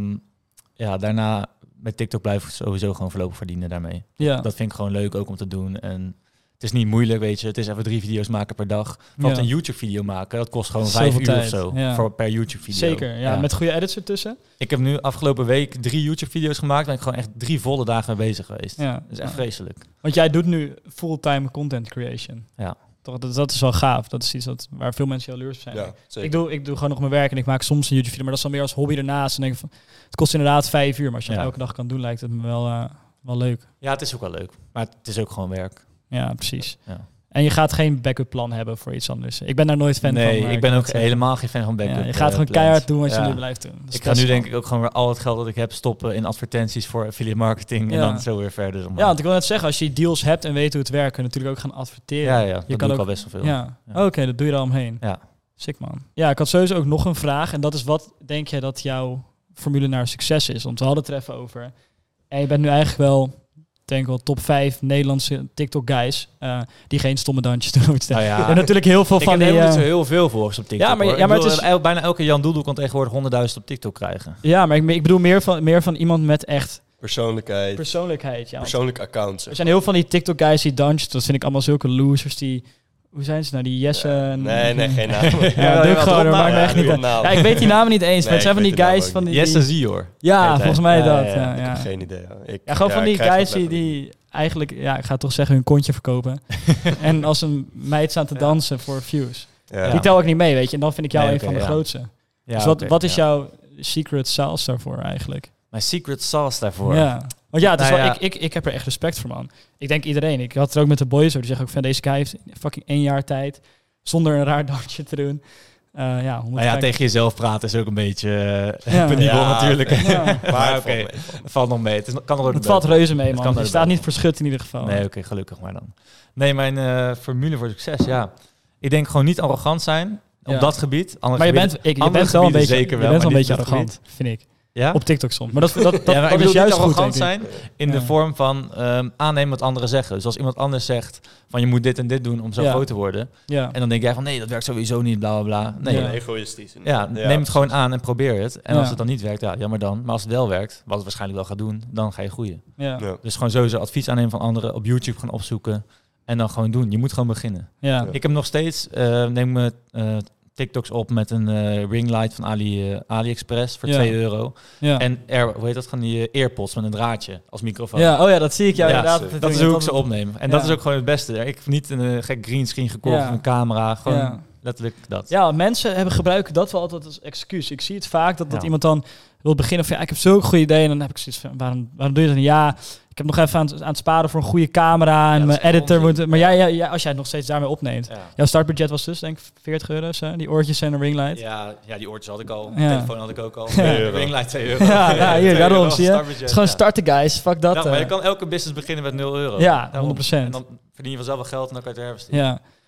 ja, daarna met TikTok blijf ik sowieso gewoon voorlopig verdienen daarmee. Ja. Dat vind ik gewoon leuk ook om te doen. En het is niet moeilijk, weet je. Het is even 3 video's maken per dag. Want Ja. een YouTube-video maken, dat kost gewoon Zoveel 5 uur tijd, of zo. ja. Voor per YouTube-video. Zeker, ja. Met goede edits ertussen. Ik heb nu afgelopen week 3 YouTube-video's gemaakt. Ben ik gewoon echt 3 volle dagen mee bezig geweest. Ja. Dat is echt Ja. vreselijk. Want jij doet nu fulltime content creation. Ja. Toch, dat is wel gaaf. Dat is iets waar veel mensen jaloers op zijn. Ja, zeker. Ik doe gewoon nog mijn werk en ik maak soms een YouTube-video, maar dat is dan meer als hobby ernaast. En denk ik van, het kost inderdaad 5 uur, maar als je dat Ja. elke dag kan doen, lijkt het me wel leuk. Ja, het is ook wel leuk. Maar het is ook gewoon werk. Ja, precies. Ja. En je gaat geen backup plan hebben voor iets anders. Ik ben daar nooit fan van. Nee, maar ik ben kan ook het zeggen. helemaal geen fan van backup. Ja, je gaat gewoon plans. keihard doen wat je Ja. nu blijft doen. Dat is Ik ga nu best denk wel. ik ook gewoon weer al het geld dat ik heb stoppen in advertenties voor affiliate marketing. En Ja. dan zo weer verder. Ja, want ik wil net zeggen, als je deals hebt en weet hoe het werkt, kun je natuurlijk ook gaan adverteren. ja, dat je doe ik al best wel veel. Ja, Ja. Oké, dat doe je er al omheen. Ja. Sick man. Ja, ik had sowieso ook nog een vraag. En dat is, wat denk jij dat jouw formule naar succes is? Want we hadden het er even over. En je bent nu eigenlijk wel, denk ik wel, top 5 Nederlandse TikTok-guys die geen stomme dansjes doen. Nou ja, En natuurlijk heel veel ik van heb die... helemaal niet zo heel veel volgers op TikTok. Ja, maar- hoor. ja, maar Ik het bedoel, bijna elke Jan Doedel kan tegenwoordig 100.000 op TikTok krijgen. Ja, maar ik bedoel meer van iemand met echt Persoonlijkheid, persoonlijkheid. Ja. Want persoonlijk account. er zijn heel veel van die TikTok-guys die dansen. Dat vind ik allemaal zulke losers die... Hoe zijn ze nou? Die Jesse... en- Nee, geen naam. Ja, doe ik gewoon, hoor, maakt me echt niet uit. naam. Ja, ik weet die namen niet eens, maar het Nee, zijn van ik die weet de naam guys ook van die... Jesse Zior. Ja, Heet hij. volgens mij Ja, dat. ja, Ja, ja. ja. Ik heb geen idee. Ja, gewoon van die ik krijg guys dat die eigenlijk, ja, ik ga toch zeggen, hun kontje verkopen. En als een meid staan te dansen voor views. Ja. Die tel ik niet mee, weet je. En dan vind ik jou Nee, een oké, van de ja. grootste. Ja, Dus wat, oké, wat is ja. jouw secret sauce daarvoor eigenlijk? Mijn secret sauce daarvoor? Ja. Want ja, het is Nou wel, ja. ik heb er echt respect voor, man. Ik denk iedereen. Ik had het er ook met de boys over. Die zeggen ook van, deze guy heeft fucking 1 jaar tijd zonder een raar dansje te doen. Ja, 100 Nou ja, tegen jezelf praten is ook een beetje Ja. penibel Ja, natuurlijk. Ja. Maar het oké, valt mee. het valt nog mee. Het kan er ook Het valt reuze mee, Het man. kan Je er staat wel. niet voor schut in ieder geval. Nee, oké, gelukkig maar dan. Nee, mijn formule voor succes, ja. Ik denk gewoon niet arrogant zijn op Ja. dat gebied. Andere Maar je gebieden- bent, je andere bent wel een gebieden beetje, zeker je wel, bent wel maar een beetje niet op dat arrogant, vind ik. Ja? Op TikTok soms. Maar dat Ja, maar ik dat bedoel is juist niet goed, arrogant denk ik. zijn in de Ja. vorm van aannemen wat anderen zeggen. Dus als iemand anders zegt van je moet dit en dit doen om zo Ja. groot te worden. Ja. En dan denk jij van nee, dat werkt sowieso niet, bla bla bla. Nee, Ja. ja. Egoïstisch. Neem het gewoon aan en probeer het. En Ja. als het dan niet werkt, ja, jammer dan. Maar als het wel werkt, wat het waarschijnlijk wel gaat doen, dan ga je groeien. Ja. Ja. Dus gewoon sowieso advies aannemen van anderen, op YouTube gaan opzoeken en dan gewoon doen. Je moet gewoon beginnen. Ja. Ik heb nog steeds, neem me TikToks op met een ringlight van AliExpress voor Ja. €2. Ja. En hoe heet dat, van die earpods met een draadje als microfoon. Ja, oh ja, dat zie ik jou Ja, inderdaad. dat Dat is hoe ik ze opneem. En Ja. dat is ook gewoon het beste. Ik heb niet een gek greenscreen gekocht Ja. of een camera. Gewoon Ja. letterlijk dat. Ja, mensen gebruiken dat wel altijd als excuus. Ik zie het vaak dat Ja. iemand dan wil beginnen van ja, ik heb zo'n goed idee. En dan heb ik zoiets van waarom doe je dat niet? Ja, ik heb nog even aan het sparen voor een goede camera. En dat mijn is echt editor onzin. moet... Maar jij, als jij het nog steeds daarmee opneemt. Ja. Jouw startbudget was dus denk ik €40 of zo. Die oortjes en een ringlight. Ja, die oortjes had ik al. Ja. Telefoon had ik ook al. Ja. De ringlight €2. Ja, ja, hier, daarom, €2 zie je. startbudget, Het is gewoon ja. starten, guys. Fuck dat. Ja, maar je kan elke business beginnen met €0. Ja, Daarom. 100%. En dan verdien je vanzelf wel geld en dan kan je het hervesteden. Ja.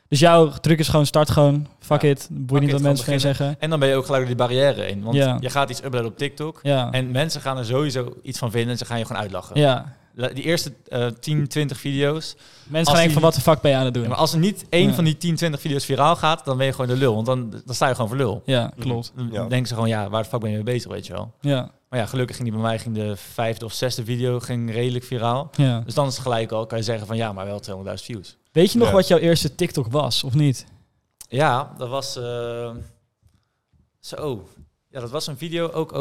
Dus jouw truc is gewoon start gewoon, fuck Ja. it, boeit niet it, wat mensen gewoon gaan zeggen. En dan ben je ook gelijk door die barrière heen. Want Ja. je gaat iets uploaden op TikTok. Ja, En mensen gaan er sowieso iets van vinden en ze gaan je gewoon uitlachen. ja. Die eerste 10, 20 video's. Mensen Als gaan denken van, die- wat de fuck ben je aan het doen? Ja, maar als er niet één Ja. van die 10, 20 video's viraal gaat, dan ben je gewoon de lul. Want dan sta je gewoon voor lul. Ja, klopt. Dan Ja. denken ze gewoon, ja, waar de fuck ben je mee bezig, weet je wel. Ja, Maar ja, gelukkig ging die bij mij, de 5e of 6e video ging redelijk viraal. ja. Dus dan is het gelijk al, kan je zeggen van ja, maar wel 200.000 views. Weet je nog Ja. wat jouw eerste TikTok was, of niet? Ja, dat was zo. Ja, dat was een video ook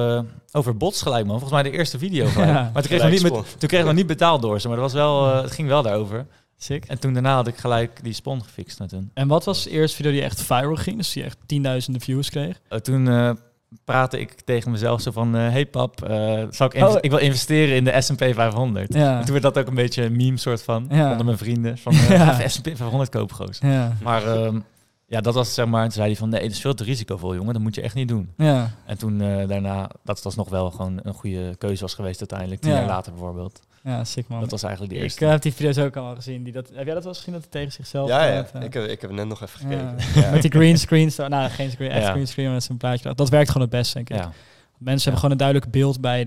over bots gelijk, man. Volgens mij de eerste video gelijk. Ja. Maar toen kreeg, ik nog Gelijk niet toen kreeg ik nog niet betaald door ze, maar dat was wel, het ging wel daarover. Sick. En toen daarna had ik gelijk die spon gefixt met hun. En wat was de eerste video die echt viral ging? Dus die echt 10.000 views kreeg? Toen praatte ik tegen mezelf zo van, hey pap, Oh. ik wil investeren in de S&P 500. Ja. En toen werd dat ook een beetje een meme soort van, Ja. onder mijn vrienden. Van, Ja. even S&P 500 kopen, goos. Ja. Maar ja, dat was zeg maar, toen zei hij van, nee, dat is veel te risicovol, jongen. Dat moet je echt niet doen. Ja. En toen daarna, dat was nog wel gewoon een goede keuze was geweest uiteindelijk. 10 Ja. jaar later bijvoorbeeld. Ja, sick man. Dat was eigenlijk de Ik eerste. heb die video's ook allemaal gezien. Heb jij dat wel eens gezien dat hij tegen zichzelf Ja, praat? ik heb net nog even Ja. gekeken. Ja. Met die green screen. Nou, geen screen, echt Ja. green screen met zijn plaatje. Dat werkt gewoon het best, denk ik. Ja. Mensen hebben gewoon een duidelijk beeld bij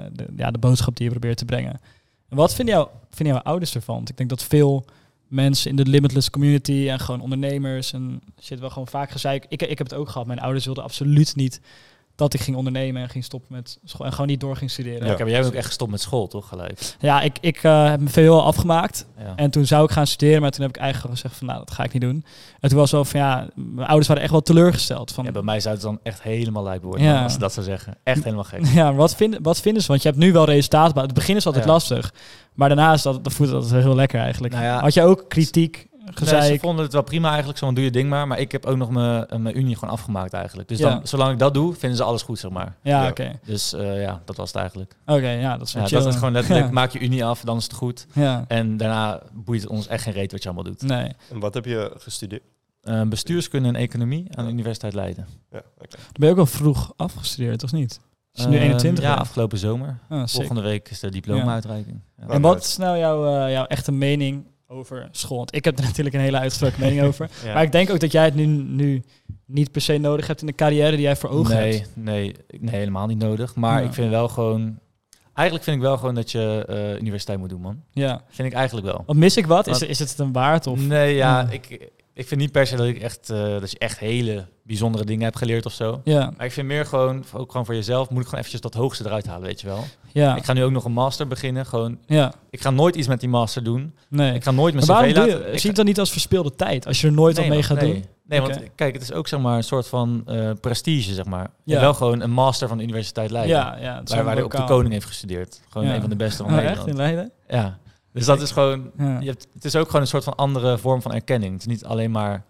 de boodschap die je probeert te brengen. En wat vinden jouw ouders ervan? Want ik denk dat veel mensen in de limitless community en gewoon ondernemers en shit wel gewoon vaak gezeik. Ik heb het ook gehad. Mijn ouders wilden absoluut niet dat ik ging ondernemen en ging stoppen met school en gewoon niet door ging studeren. Ja, Ja, jij bent ook echt gestopt met school, toch? Gelijk. ik heb mijn VWO afgemaakt. Ja. En toen zou ik gaan studeren, maar toen heb ik eigenlijk gezegd van, nou, dat ga ik niet doen. En toen was wel van, ja, mijn ouders waren echt wel teleurgesteld. Van, Ja, bij mij zou het dan echt helemaal lijp worden, Ja. man, als ze dat zou zeggen. Echt helemaal gek. ja, maar wat vinden ze? Want je hebt nu wel resultaten. Het begin is altijd Ja. lastig. Maar daarna is dat voelt dat heel lekker eigenlijk. Nou ja, Had je ook kritiek, Nee, gezeik? ze vonden het wel prima eigenlijk, zo van doe je ding maar. Maar ik heb ook nog mijn unie gewoon afgemaakt eigenlijk. Dus Ja. dan, zolang ik dat doe, vinden ze alles goed, zeg maar. Ja, Ja. oké. Dus ja, dat was het eigenlijk. Oké, ja, dat is wel Ja, chill. dat is gewoon letterlijk, Ja. maak je unie af, dan is het goed. Ja, En daarna boeit het ons echt geen reet wat je allemaal doet. nee. En wat heb je gestudeerd? Bestuurskunde en economie aan de Universiteit Leiden. Ja, oké. Dan ben je ook al vroeg afgestudeerd, of niet? Is je nu 21? Ja, hè? afgelopen zomer. Ah, sick. Volgende week is de diploma-uitreiking. Ja. En wat is nou jouw echte mening over school? Want ik heb er natuurlijk een hele uitgesproken mening over. Ja. Maar ik denk ook dat jij het nu niet per se nodig hebt in de carrière die jij voor ogen hebt. Nee, helemaal niet nodig. Maar Ja. ik vind wel gewoon... Eigenlijk vind ik wel gewoon dat je universiteit moet doen, man. Ja. Vind ik eigenlijk wel. Wat mis ik wat? Wat- Is het een waard? Of? Nee, ja, Ja. ik vind niet per se dat ik echt dat je echt hele bijzondere dingen hebt geleerd of zo. Ja, Maar ik vind meer gewoon, ook gewoon voor jezelf, moet ik gewoon eventjes dat hoogste eruit halen, weet je wel. ja, Ik ga nu ook nog een master beginnen. Gewoon, ja. ik ga nooit iets met die master doen. Nee. Ik ga nooit mijn Maar waarom cv doe laten. je? ik Zie het dan niet als verspilde tijd? Als je er nooit wat mee man, gaat doen? Nee, Oké. want kijk, het is ook zeg maar een soort van prestige, zeg maar. Ja. En wel gewoon een master van de Universiteit Leiden. Ja, ja. het is Waar de ook de lokaal. koning heeft gestudeerd. Gewoon Ja. een van de beste van Oh, echt Nederland. in Leiden? Ja. Dus dat is gewoon... Ja. Het is ook gewoon een soort van andere vorm van erkenning. Het is niet alleen maar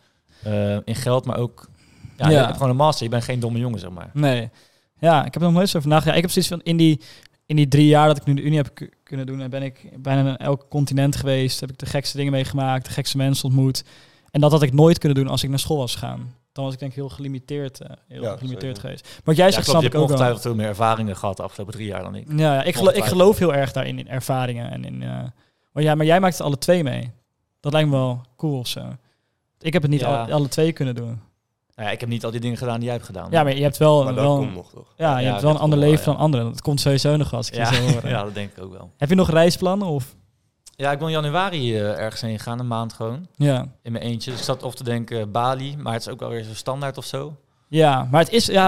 in geld, maar ook... Ja, Ja. je hebt gewoon een master. Je bent geen domme jongen, zeg maar. Nee. Ja, ik heb er nog nooit zo over nagedacht. Ja, ik heb precies van in die 3 jaar dat ik nu de Unie heb kunnen doen, ben ik bijna naar elk continent geweest. Heb ik de gekste dingen meegemaakt, de gekste mensen ontmoet. En dat had ik nooit kunnen doen als ik naar school was gegaan. Dan was ik denk ik heel gelimiteerd, Ja, zeker. geweest. Maar wat jij Ja, zegt, klopt, snap je ik hebt ook wel. ongetwijfeld veel meer ervaringen gehad de afgelopen 3 jaar dan ik. Ja, ik Ongetwijfeld. geloof heel erg daarin, in ervaringen. En in, maar jij maakt het alle twee mee. Dat lijkt me wel cool of zo. Ik heb het niet Ja. alle twee kunnen doen. Nou ja, ik heb niet al die dingen gedaan die jij hebt gedaan. Ja, maar je hebt wel, Maar dat wel komt nog, toch? ja, je Ja, hebt wel een dat ander komt wel, leven ja. dan anderen. Dat komt sowieso nog wel als ik je zo hoor. ja, dat denk ik ook wel. Heb je nog reisplannen? Of? Ja, ik wil in januari ergens heen gaan, een maand gewoon. Ja. In mijn eentje. Dus ik zat of te denken Bali, maar het is ook wel weer zo standaard of zo. Ja, maar het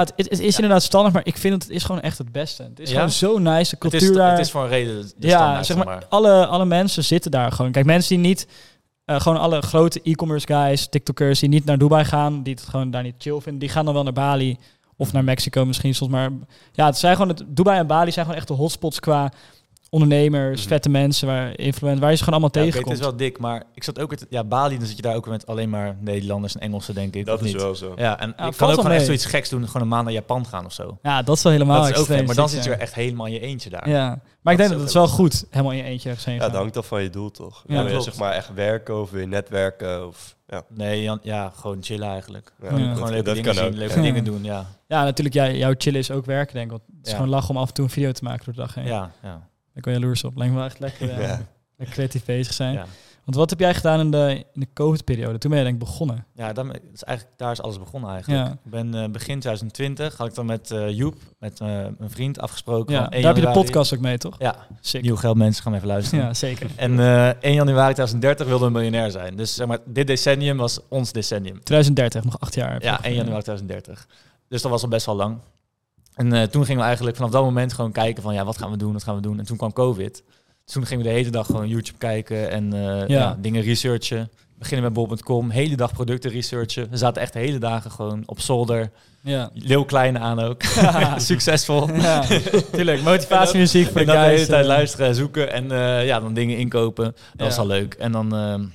is inderdaad standaard, maar ik vind het is gewoon echt het beste. Het is Ja? gewoon zo nice, de Het cultuur is, daar. het is voor een reden de ja, standaard, zeg maar, alle mensen zitten daar gewoon. Kijk, mensen die niet, gewoon alle grote e-commerce guys, TikTokers die niet naar Dubai gaan, die het gewoon daar niet chill vinden, die gaan dan wel naar Bali of naar Mexico misschien soms. Maar ja, het zijn gewoon Dubai en Bali zijn gewoon echt de hotspots qua ondernemers, Mhm. vette mensen, waar je ze gewoon allemaal Ja, oké, tegenkomt. het is wel dik, maar ik zat ook... Bali, dan zit je daar ook met alleen maar Nederlanders en Engelsen, denk ik. Dat of is niet? wel zo. Ja, en Ja, ik valt kan ook wel gewoon echt mee. zoiets geks doen, gewoon een maand naar Japan gaan of zo. Ja, dat is wel helemaal Dat is ook extreem, vet, maar dan ziek, zit je ja. er echt helemaal in je eentje daar. Ja, maar ik denk is dat het ook wel heel goed, helemaal in je eentje ergens heen Ja, gaan. dat hangt af van je doel, toch? Ja, Wil je klopt. zeg maar echt werken of wil je netwerken? Of, ja. Nee, ja, gewoon chillen eigenlijk. Ja. Gewoon leuke dingen kan zien, ook. leuke Ja. dingen doen, ja. Ja, natuurlijk, jouw chillen is ook werken, denk ik. Want het is Ja. gewoon lachen om af en toe een video te maken door de dag heen. Ja. Ik ben jaloers op. Lijkt me wel echt lekker, Ja. lekker creatief bezig zijn. Ja. Want wat heb jij gedaan in de COVID-periode? Toen ben je denk ik begonnen. Ja, daar is alles begonnen eigenlijk. Ja. Ik ben begin 2020, had ik dan met Joep, met mijn vriend, afgesproken. Ja, van daar 1 heb je de januari. podcast ook mee, toch? Ja, Sick. nieuw geld mensen, gaan we even luisteren. Ja, zeker. En 1 januari 2030 wilden we miljonair zijn. Dus zeg maar, dit decennium was ons decennium. 2030, nog 8 jaar. heb je Ja, nog, 1 januari 2030. Dus dat was al best wel lang. En toen gingen we eigenlijk vanaf dat moment gewoon kijken van, ja, wat gaan we doen? En toen kwam COVID. Dus toen gingen we de hele dag gewoon YouTube kijken en dingen researchen. Beginnen met bol.com, hele dag producten researchen. We zaten echt de hele dagen gewoon op zolder. Ja. Leeuw Kleine aan ook. Succesvol. Ja, tuurlijk. Motivatiemuziek voor En de dan de guys. hele tijd luisteren en zoeken en dan dingen inkopen. Dat was al leuk. En dan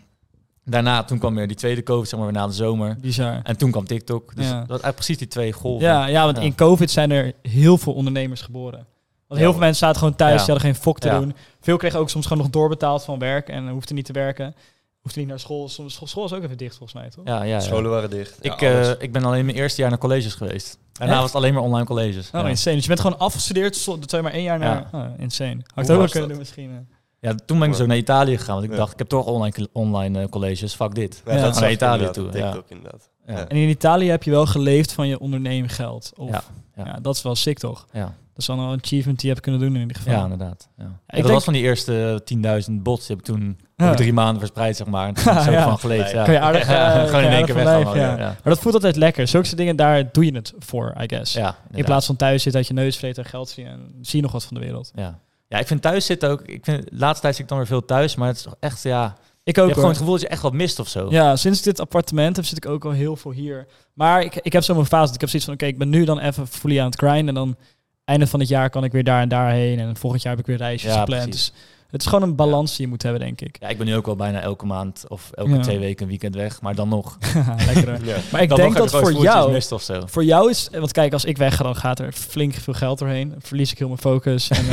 daarna, toen kwam weer die tweede COVID, zeg maar weer na de zomer. Bizar. En toen kwam TikTok. Dus Ja. dat was eigenlijk precies die 2 golven. Ja, want Ja. in COVID zijn er heel veel ondernemers geboren. Want heel veel mensen zaten gewoon thuis, Ja. die hadden geen fok te Ja. doen. Veel kregen ook soms gewoon nog doorbetaald van werk en hoefden niet te werken. Hoefden niet naar school. School is ook even dicht volgens mij, toch? Ja. Scholen waren dicht. Ik ben alleen mijn eerste jaar naar colleges geweest. Daarna Echt? was het alleen maar online colleges. Oh, ja. insane. Dus je bent gewoon afgestudeerd, dat zou je maar 1 jaar naar... Oh, insane. Had ik Hoe het ook wel was kunnen dat? doen misschien. Ja, toen ben ik zo naar Italië gegaan. Want ik Ja. dacht, ik heb toch online colleges. Fuck dit. Ja, Ja. dat Naar zag ik Italië inderdaad toe, op ja. TikTok inderdaad. Ja. En in Italië heb je wel geleefd van je onderneemgeld. Of, Ja. ja, dat is wel sick, toch? Ja. Dat is wel een achievement die je hebt kunnen doen in ieder geval. Ja, inderdaad. Ja. Dat denk- was van die eerste 10.000 bots. Die heb ik toen Ja. over 3 maanden verspreid, zeg maar. En toen heb ik zo Ja. van geleefd. Ja. Kan je aardig, Gewoon kan je in één aardig keer van weg. leven, ja. Ja. Maar dat voelt altijd lekker. Zulke soort dingen, daar doe je het voor, I guess. Ja, In plaats van thuis zitten uit je neus vreten en geld zien en zie je nog wat van de wereld. Ja, ik vind thuis zitten ook... De laatste tijd zit ik dan weer veel thuis. Maar het is toch echt, ja... Ik Je ook hebt gewoon hoor. het gevoel dat je echt wat mist of zo. Ja, sinds ik dit appartement heb, zit ik ook al heel veel hier. Maar ik heb zo mijn fase. Ik heb zoiets van, oké, ik ben nu dan even fully aan het grinden. En dan einde van het jaar kan ik weer daar en daarheen. En volgend jaar heb ik weer reisjes Ja, gepland. precies. Dus het is gewoon een balans die je moet hebben, denk ik. Ja, ik ben nu ook al bijna elke maand of elke 2 weken een weekend weg. Maar dan nog. Lekker. Hè? Ja. Maar ik Dan denk nog heb dat ik voor gewoon het gevoel dat je jou... mist of zo. Voor jou is... Want kijk, als ik wegga, dan gaat er flink veel geld doorheen. Dan verlies ik heel mijn focus. En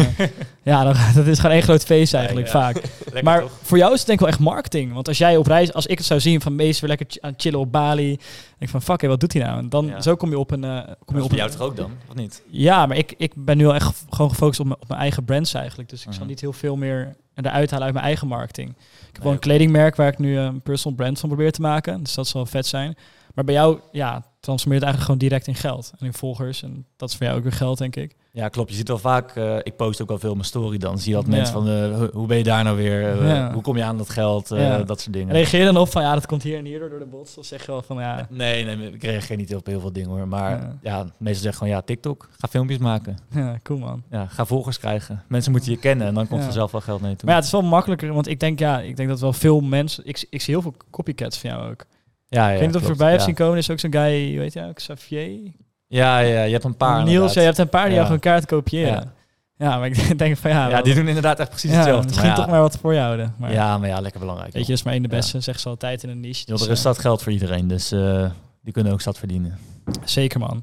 dat is gewoon één groot feest eigenlijk, Ja. vaak. Lekker Maar toch? voor jou is het denk ik wel echt marketing. Want als jij op reis... Als ik het zou zien van Mees weer lekker aan het chillen op Bali. Denk ik van, fuck, wat doet hij nou? En dan Ja. zo kom je op een... Dat is bij jou toch ook dan? Of niet? Ja, maar ik ben nu al echt gewoon gefocust op mijn eigen brands eigenlijk. Dus ik zal Mhm. niet heel veel meer eruit halen uit mijn eigen marketing. Ik heb wel Nee, een kledingmerk waar ik nu een personal brand van probeer te maken. Dus dat zal vet zijn. Maar bij jou, ja, transformeert het eigenlijk gewoon direct in geld. En in volgers. En dat is voor jou ook weer geld, denk ik. Ja, klopt. Je ziet wel vaak, ik post ook wel veel mijn story dan. Zie je dat Ja. mensen van, hoe ben je daar nou weer? Ja. Hoe kom je aan dat geld? Ja. Dat soort dingen. Reageer je dan op van, ja, dat komt hier en hier door de bots? Of zeg je wel van, ja... Nee, ik reageer niet op heel veel dingen hoor. Maar Ja. ja, meestal zeggen gewoon, ja, TikTok. Ga filmpjes maken. Ja, cool man. Ja, ga volgers krijgen. Mensen moeten je kennen en dan komt Ja. er zelf wel geld mee toe. Maar ja, het is wel makkelijker, want ik denk dat wel veel mensen... Ik zie heel veel copycats van jou ook. ja, Ik weet niet of je klopt. voorbij hebt Ja. zien komen. Er is ook zo'n guy, weet je ook, Xavier? Ja, je hebt een paar Niels, inderdaad. ja, je hebt een paar die Ja. jou gewoon kaart kopiëren. Ja. Ja, maar ik denk van ja... Ja, die doen inderdaad echt precies ja, hetzelfde. misschien maar ja, toch maar wat voor je houden. Maar maar ja, lekker belangrijk. weet je, joh. is maar één de beste, zeggen ze altijd in een niche. Joh, Dus, er is zat geld voor iedereen, dus die kunnen ook zat verdienen. zeker man.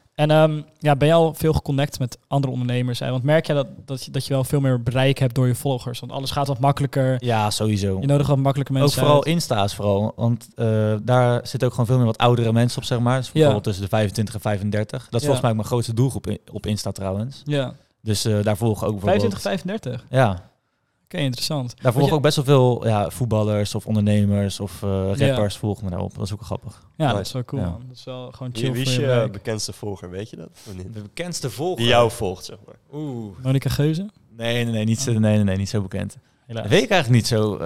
En ben je al veel geconnect met andere ondernemers? Want merk je dat je wel veel meer bereik hebt door je volgers? Want alles gaat wat makkelijker. Ja, sowieso. Je nodigt wat makkelijker Ook mensen vooral uit. Insta's vooral, want daar zitten ook gewoon veel meer wat oudere mensen op, zeg maar. Dus bijvoorbeeld tussen de 25 en 35. Dat is volgens mij ook mijn grootste doelgroep op Insta trouwens. Ja, Dus daar volgen ook bijvoorbeeld... 25, 35. Ja, Oké, interessant. daar Want volgen je- ook best wel veel voetballers of ondernemers of rappers volgen me daarop. Dat is ook wel grappig. Ja, dat Nice. is wel cool Ja. man. Dat is wel gewoon chill Wie voor is je je werk. bekendste volger, weet je dat? Of niet? De bekendste volger? Die jou volgt, zeg maar. Oeh. Monica Geuze? Nee, niet zo bekend. Helaas. Dat weet ik eigenlijk niet zo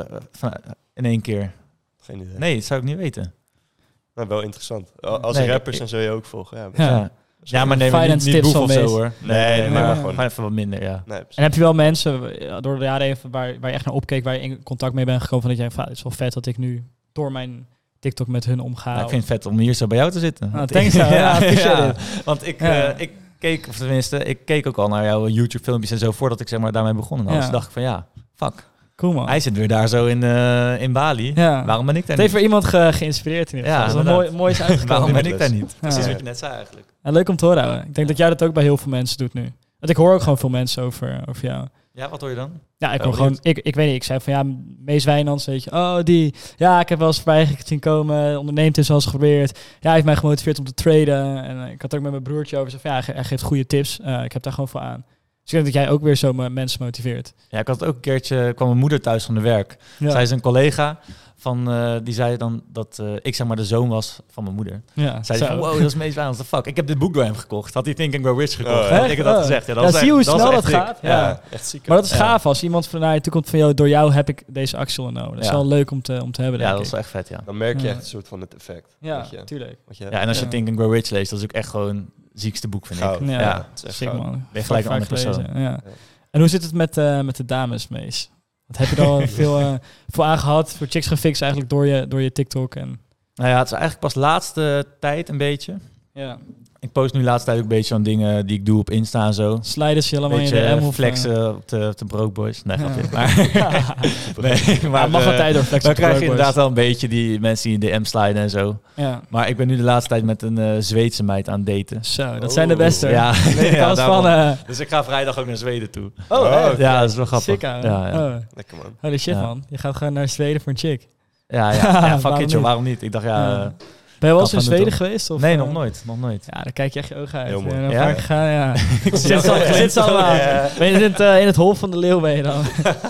in één keer. Geen idee. Nee, dat zou ik niet weten. Maar wel interessant. Als Nee, rappers ik- en zo je ook volgen. Ja, Ja. Ja, maar nee, maar niet Finance tips boef of van zo Mees. hoor. Nee, maar ja. gewoon even wat minder, ja. Nee, precies. En heb je wel mensen door de jaren even waar je echt naar opkeek, waar je in contact mee bent gekomen, van dat jij van, het is wel vet dat ik nu door mijn TikTok met hun omga. Nou, ik vind het vet om hier zo bij jou te zitten. Ah, Want thanks, ik- ja, appreciate ja. it. Want ik Ja. keek, of tenminste, ik keek ook al naar jouw YouTube filmpjes en zo voordat ik zeg maar daarmee begonnen was. Ja. Dus dacht ik van ja, fuck. Cool man. Hij zit weer daar zo in Bali. Ja. Waarom ben ik daar Het heeft niet? weer iemand geïnspireerd in ieder geval. Ja, dat is wel mooi, inderdaad. mooi is uitgekomen. Waarom ben die ik daar les. niet? Ja. Precies wat je net zei eigenlijk. En leuk om te horen. Ouwe. Ik denk dat jij dat ook bij heel veel mensen doet nu. Want ik hoor ook gewoon veel mensen over jou. Ja, wat hoor je dan? Ja, ik Ja, hoor gewoon, benieuwd. ik weet niet, ik zei van ja, Mees Wijnands, weet je, oh die, ja, ik heb wel eens voorbij zien komen, onderneemt is wel eens geprobeerd. Ja, hij heeft mij gemotiveerd om te traden. En ik had ook met mijn broertje over, zo van ja, hij geeft goede tips. Ik heb daar gewoon voor aan. Dus ik denk dat jij ook weer zo mensen motiveert. Ja, ik had ook een keertje, kwam mijn moeder thuis van de werk. Ja. Zij is een collega die zei dan dat ik zeg maar de zoon was van mijn moeder. Ja, Zei van, wow, dat is meest what the fuck. Ik heb dit boek door hem gekocht. Had hij Think and Grow Rich gekocht. echt? Ik heb dat gezegd. Ja, dat was zie je hoe echt- snel was dat echt gaat. dik. Ja. echt ziek. Maar dat is gaaf als iemand naar je toe komt van, door jou heb ik deze actie ondernomen. Dat is Ja. wel leuk om te hebben, Ja, denk dat is ik. wel echt vet, ja. Dan merk je Ja. echt een soort van het effect. Ja, Wat je- tuurlijk. wat je Ja, en als je Ja. Think and Grow Rich leest, dat is ook echt gewoon het ziekste boek, vind ik. Goud. Ja, Ja, het is echt sick, goud. man. Ben je gelijk een Vaak andere persoon. gelezen, ja. En hoe zit het met de dames, Mees? Wat heb je er al veel aan gehad? Voor chicks gefixt eigenlijk door je TikTok? En, Nou ja, het is eigenlijk pas laatste tijd een beetje. ja. Ik post nu de laatste tijd ook een beetje zo'n dingen die ik doe op Insta en zo. Sliden ze allemaal in de Beetje DM of flexen op de Broke Boys. Nee, Ja. grapje. Maar, nee, maar mag altijd door flexen. dan op de krijg je Broke inderdaad Boys. wel een beetje die mensen die in DM sliden en zo. Ja. Maar ik ben nu de laatste tijd met een Zweedse meid aan het daten. Zo, dat zijn de beste. Ja, Weet ik ja, alles daarom. van... Dus ik ga vrijdag ook naar Zweden toe. echt? Ja, dat is wel grappig. Sick, ouwe. Ja, ja. Oh, Lekker man. holy shit, Ja. man. Je gaat gewoon naar Zweden voor een chick. Ja, ja fuck Waarom it joh, niet? waarom niet? Ik dacht, ja... Ja. Ben je wel eens in kan gewoon Zweden doen. geweest? Of, nee, nog nooit. Ja, dan kijk je echt je ogen uit. Heel mooi. En dan Ja? vaak gegaan, ja. zie Zit het al zit ze allemaal. Ja. Ben je in het hol van de leeuw ben je dan.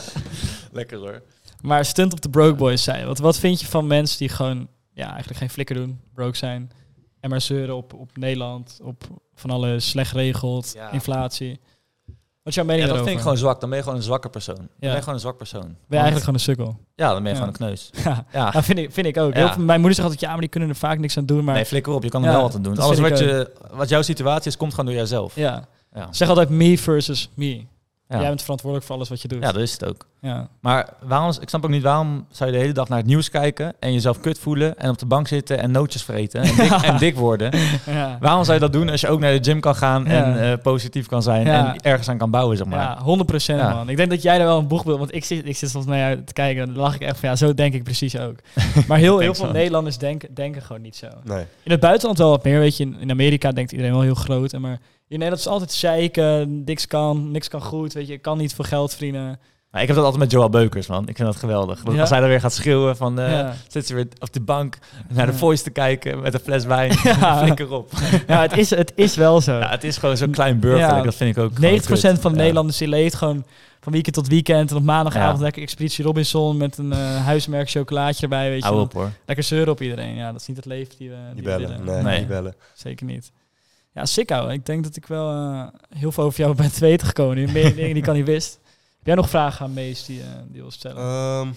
Lekker hoor. Maar stunt op de broke boys zijn. Wat vind je van mensen die gewoon eigenlijk geen flikker doen, broke zijn en maar zeuren op Nederland, op van alles slecht geregeld, Ja. inflatie? Wat is jouw mening Ja, dat daarover? vind ik gewoon zwak. Dan ben je gewoon een zwakke persoon. Dan ben je Ja. gewoon een zwak persoon. Ben je eigenlijk gewoon een sukkel? Ja, dan ben je Ja. gewoon een kneus. Ja, Ja. nou, vind ik ook. Ja. Heel veel- mijn moeder zegt altijd, maar die kunnen er vaak niks aan doen. Maar Nee, flikker op. Je kan er Ja, wel wat aan doen. dat Alles vind wat jouw situatie is, komt gewoon door jijzelf. ja, Ja. zeg altijd me versus me. Ja. Jij bent verantwoordelijk voor alles wat je doet. Ja, dat is het ook. Ja. Maar ik snap ook niet waarom zou je de hele dag naar het nieuws kijken en jezelf kut voelen en op de bank zitten en nootjes vreten en dik worden. Ja. Waarom zou je dat doen als je ook naar de gym kan gaan Ja. en positief kan zijn Ja. en ergens aan kan bouwen, zeg maar. Ja, 100% Ja. man. Ik denk dat jij er wel een boegbeeld... Want ik zit soms naar jou te kijken en dan lach ik echt van... Ja, zo denk ik precies ook. Maar heel Thanks, veel man. Nederlanders denken gewoon niet zo. Nee. In het buitenland wel wat meer, weet je. In Amerika denkt iedereen wel heel groot. Maar in Nederland is het altijd zeiken, niks kan goed, weet je. Ik kan niet veel geld verdienen. Maar ik heb dat altijd met Joël Beukers, man. Ik vind dat geweldig. Ja? Als hij dan weer gaat schreeuwen van... Ja. Zit ze weer op de bank naar de Ja. Voice te kijken met een fles wijn. Ja. Flikker op. Ja, het is wel zo. Ja, het is gewoon zo'n klein burgerlijk. Ja. Dat vind ik ook 90% van de Ja. Nederlanders die leeft gewoon van weekend tot weekend. En op maandagavond Ja. lekker Expeditie Robinson met een huismerk chocolaatje erbij, weet je. Hou op hoor. Lekker zeuren op iedereen. Ja, dat is niet het leven die we Niet we bellen. willen. Nee, Nee. niet bellen. Zeker niet. Ja, sick ouwe. Ik denk dat ik wel heel veel over jou ben te weten gekomen. Nu meer dingen die ik al niet wist. Heb jij nog vragen aan Mees die wil stellen?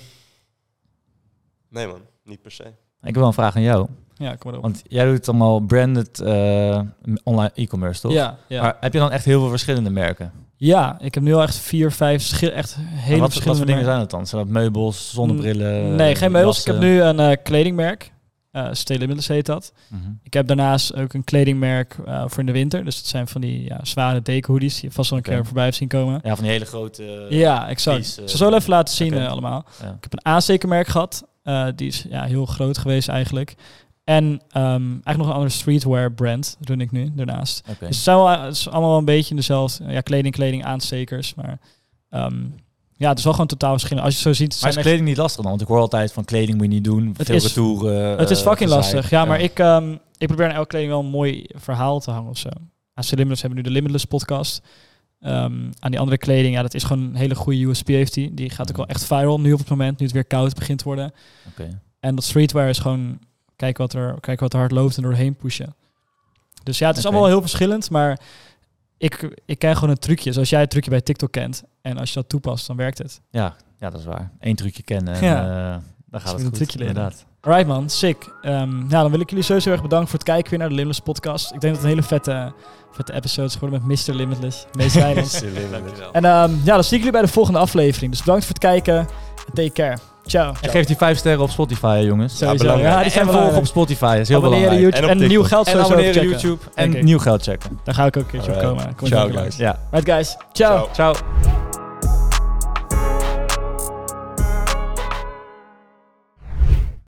Nee man, niet per se. Ik heb wel een vraag aan jou. Ja, kom maar op. Want jij doet allemaal branded online e-commerce, toch? Ja, ja. Maar heb je dan echt heel veel verschillende merken? Ja, ik heb nu al echt 4, 5 echt En hele wat verschillende voor dingen merken. zijn het dan? Zijn dat meubels, zonnebrillen? Nee, geen meubels. jassen? Ik heb nu een kledingmerk. Stay Limitless heet dat. Mhm. Ik heb daarnaast ook een kledingmerk voor in de winter. Dus dat zijn van die zware deken-hoodies die je vast wel een Oké. keer voorbij hebt zien komen. Ja, van die hele grote... Ja, exact. vies, Ik zal zo wel even laten zien oké. allemaal. Ja. Ik heb een aanstekermerk gehad. Die is heel groot geweest eigenlijk. En eigenlijk nog een andere streetwear brand run ik nu daarnaast. Oké. Dus het is allemaal wel een beetje in dezelfde... Ja, kleding, aanstekers. Maar ja, het is wel gewoon totaal verschillend. Als je zo ziet... Maar zijn is echt- kleding niet lastig dan? Want ik hoor altijd van kleding moet je niet doen. Het Veel is- retouren. Het is fucking gezeik. lastig. Ja, maar ik probeer aan elke kleding wel een mooi verhaal te hangen of zo. Aan Limitless hebben we nu de Limitless podcast. Aan die andere kleding, ja, dat is gewoon een hele goede USP heeft die. Die gaat ook wel echt viral nu op het moment, nu het weer koud begint te worden. Oké. En dat streetwear is gewoon kijken wat er hard loopt en doorheen pushen. Dus ja, het is Oké. allemaal heel verschillend, maar ik ken gewoon een trucje. Zoals jij het trucje bij TikTok kent. En als je dat toepast, dan werkt het. Ja, dat is waar. Eén trucje kennen en dan gaat een het goed. trucje leren. Inderdaad. Alright man, sick. Dan wil ik jullie sowieso erg bedanken voor het kijken weer naar de Limitless podcast. Ik denk dat het een hele vette episode is geworden met Mr. Limitless. Mees Wijnands. En dan zie ik jullie bij de volgende aflevering. Dus bedankt voor het kijken. Take care. Ciao. En geef die 5 sterren op Spotify, jongens. Sowieso. belangrijk. Ja, die zijn en volg op belangrijk. Spotify, dat is heel Abonneren belangrijk. YouTube En op en nieuw TikTok. geld En sowieso abonneren checken. YouTube Denk en ik. nieuw geld checken. Daar ga ik ook een keertje op Alright. komen. Kom Ciao, je guys. Ja. Right guys. Ciao. Ciao.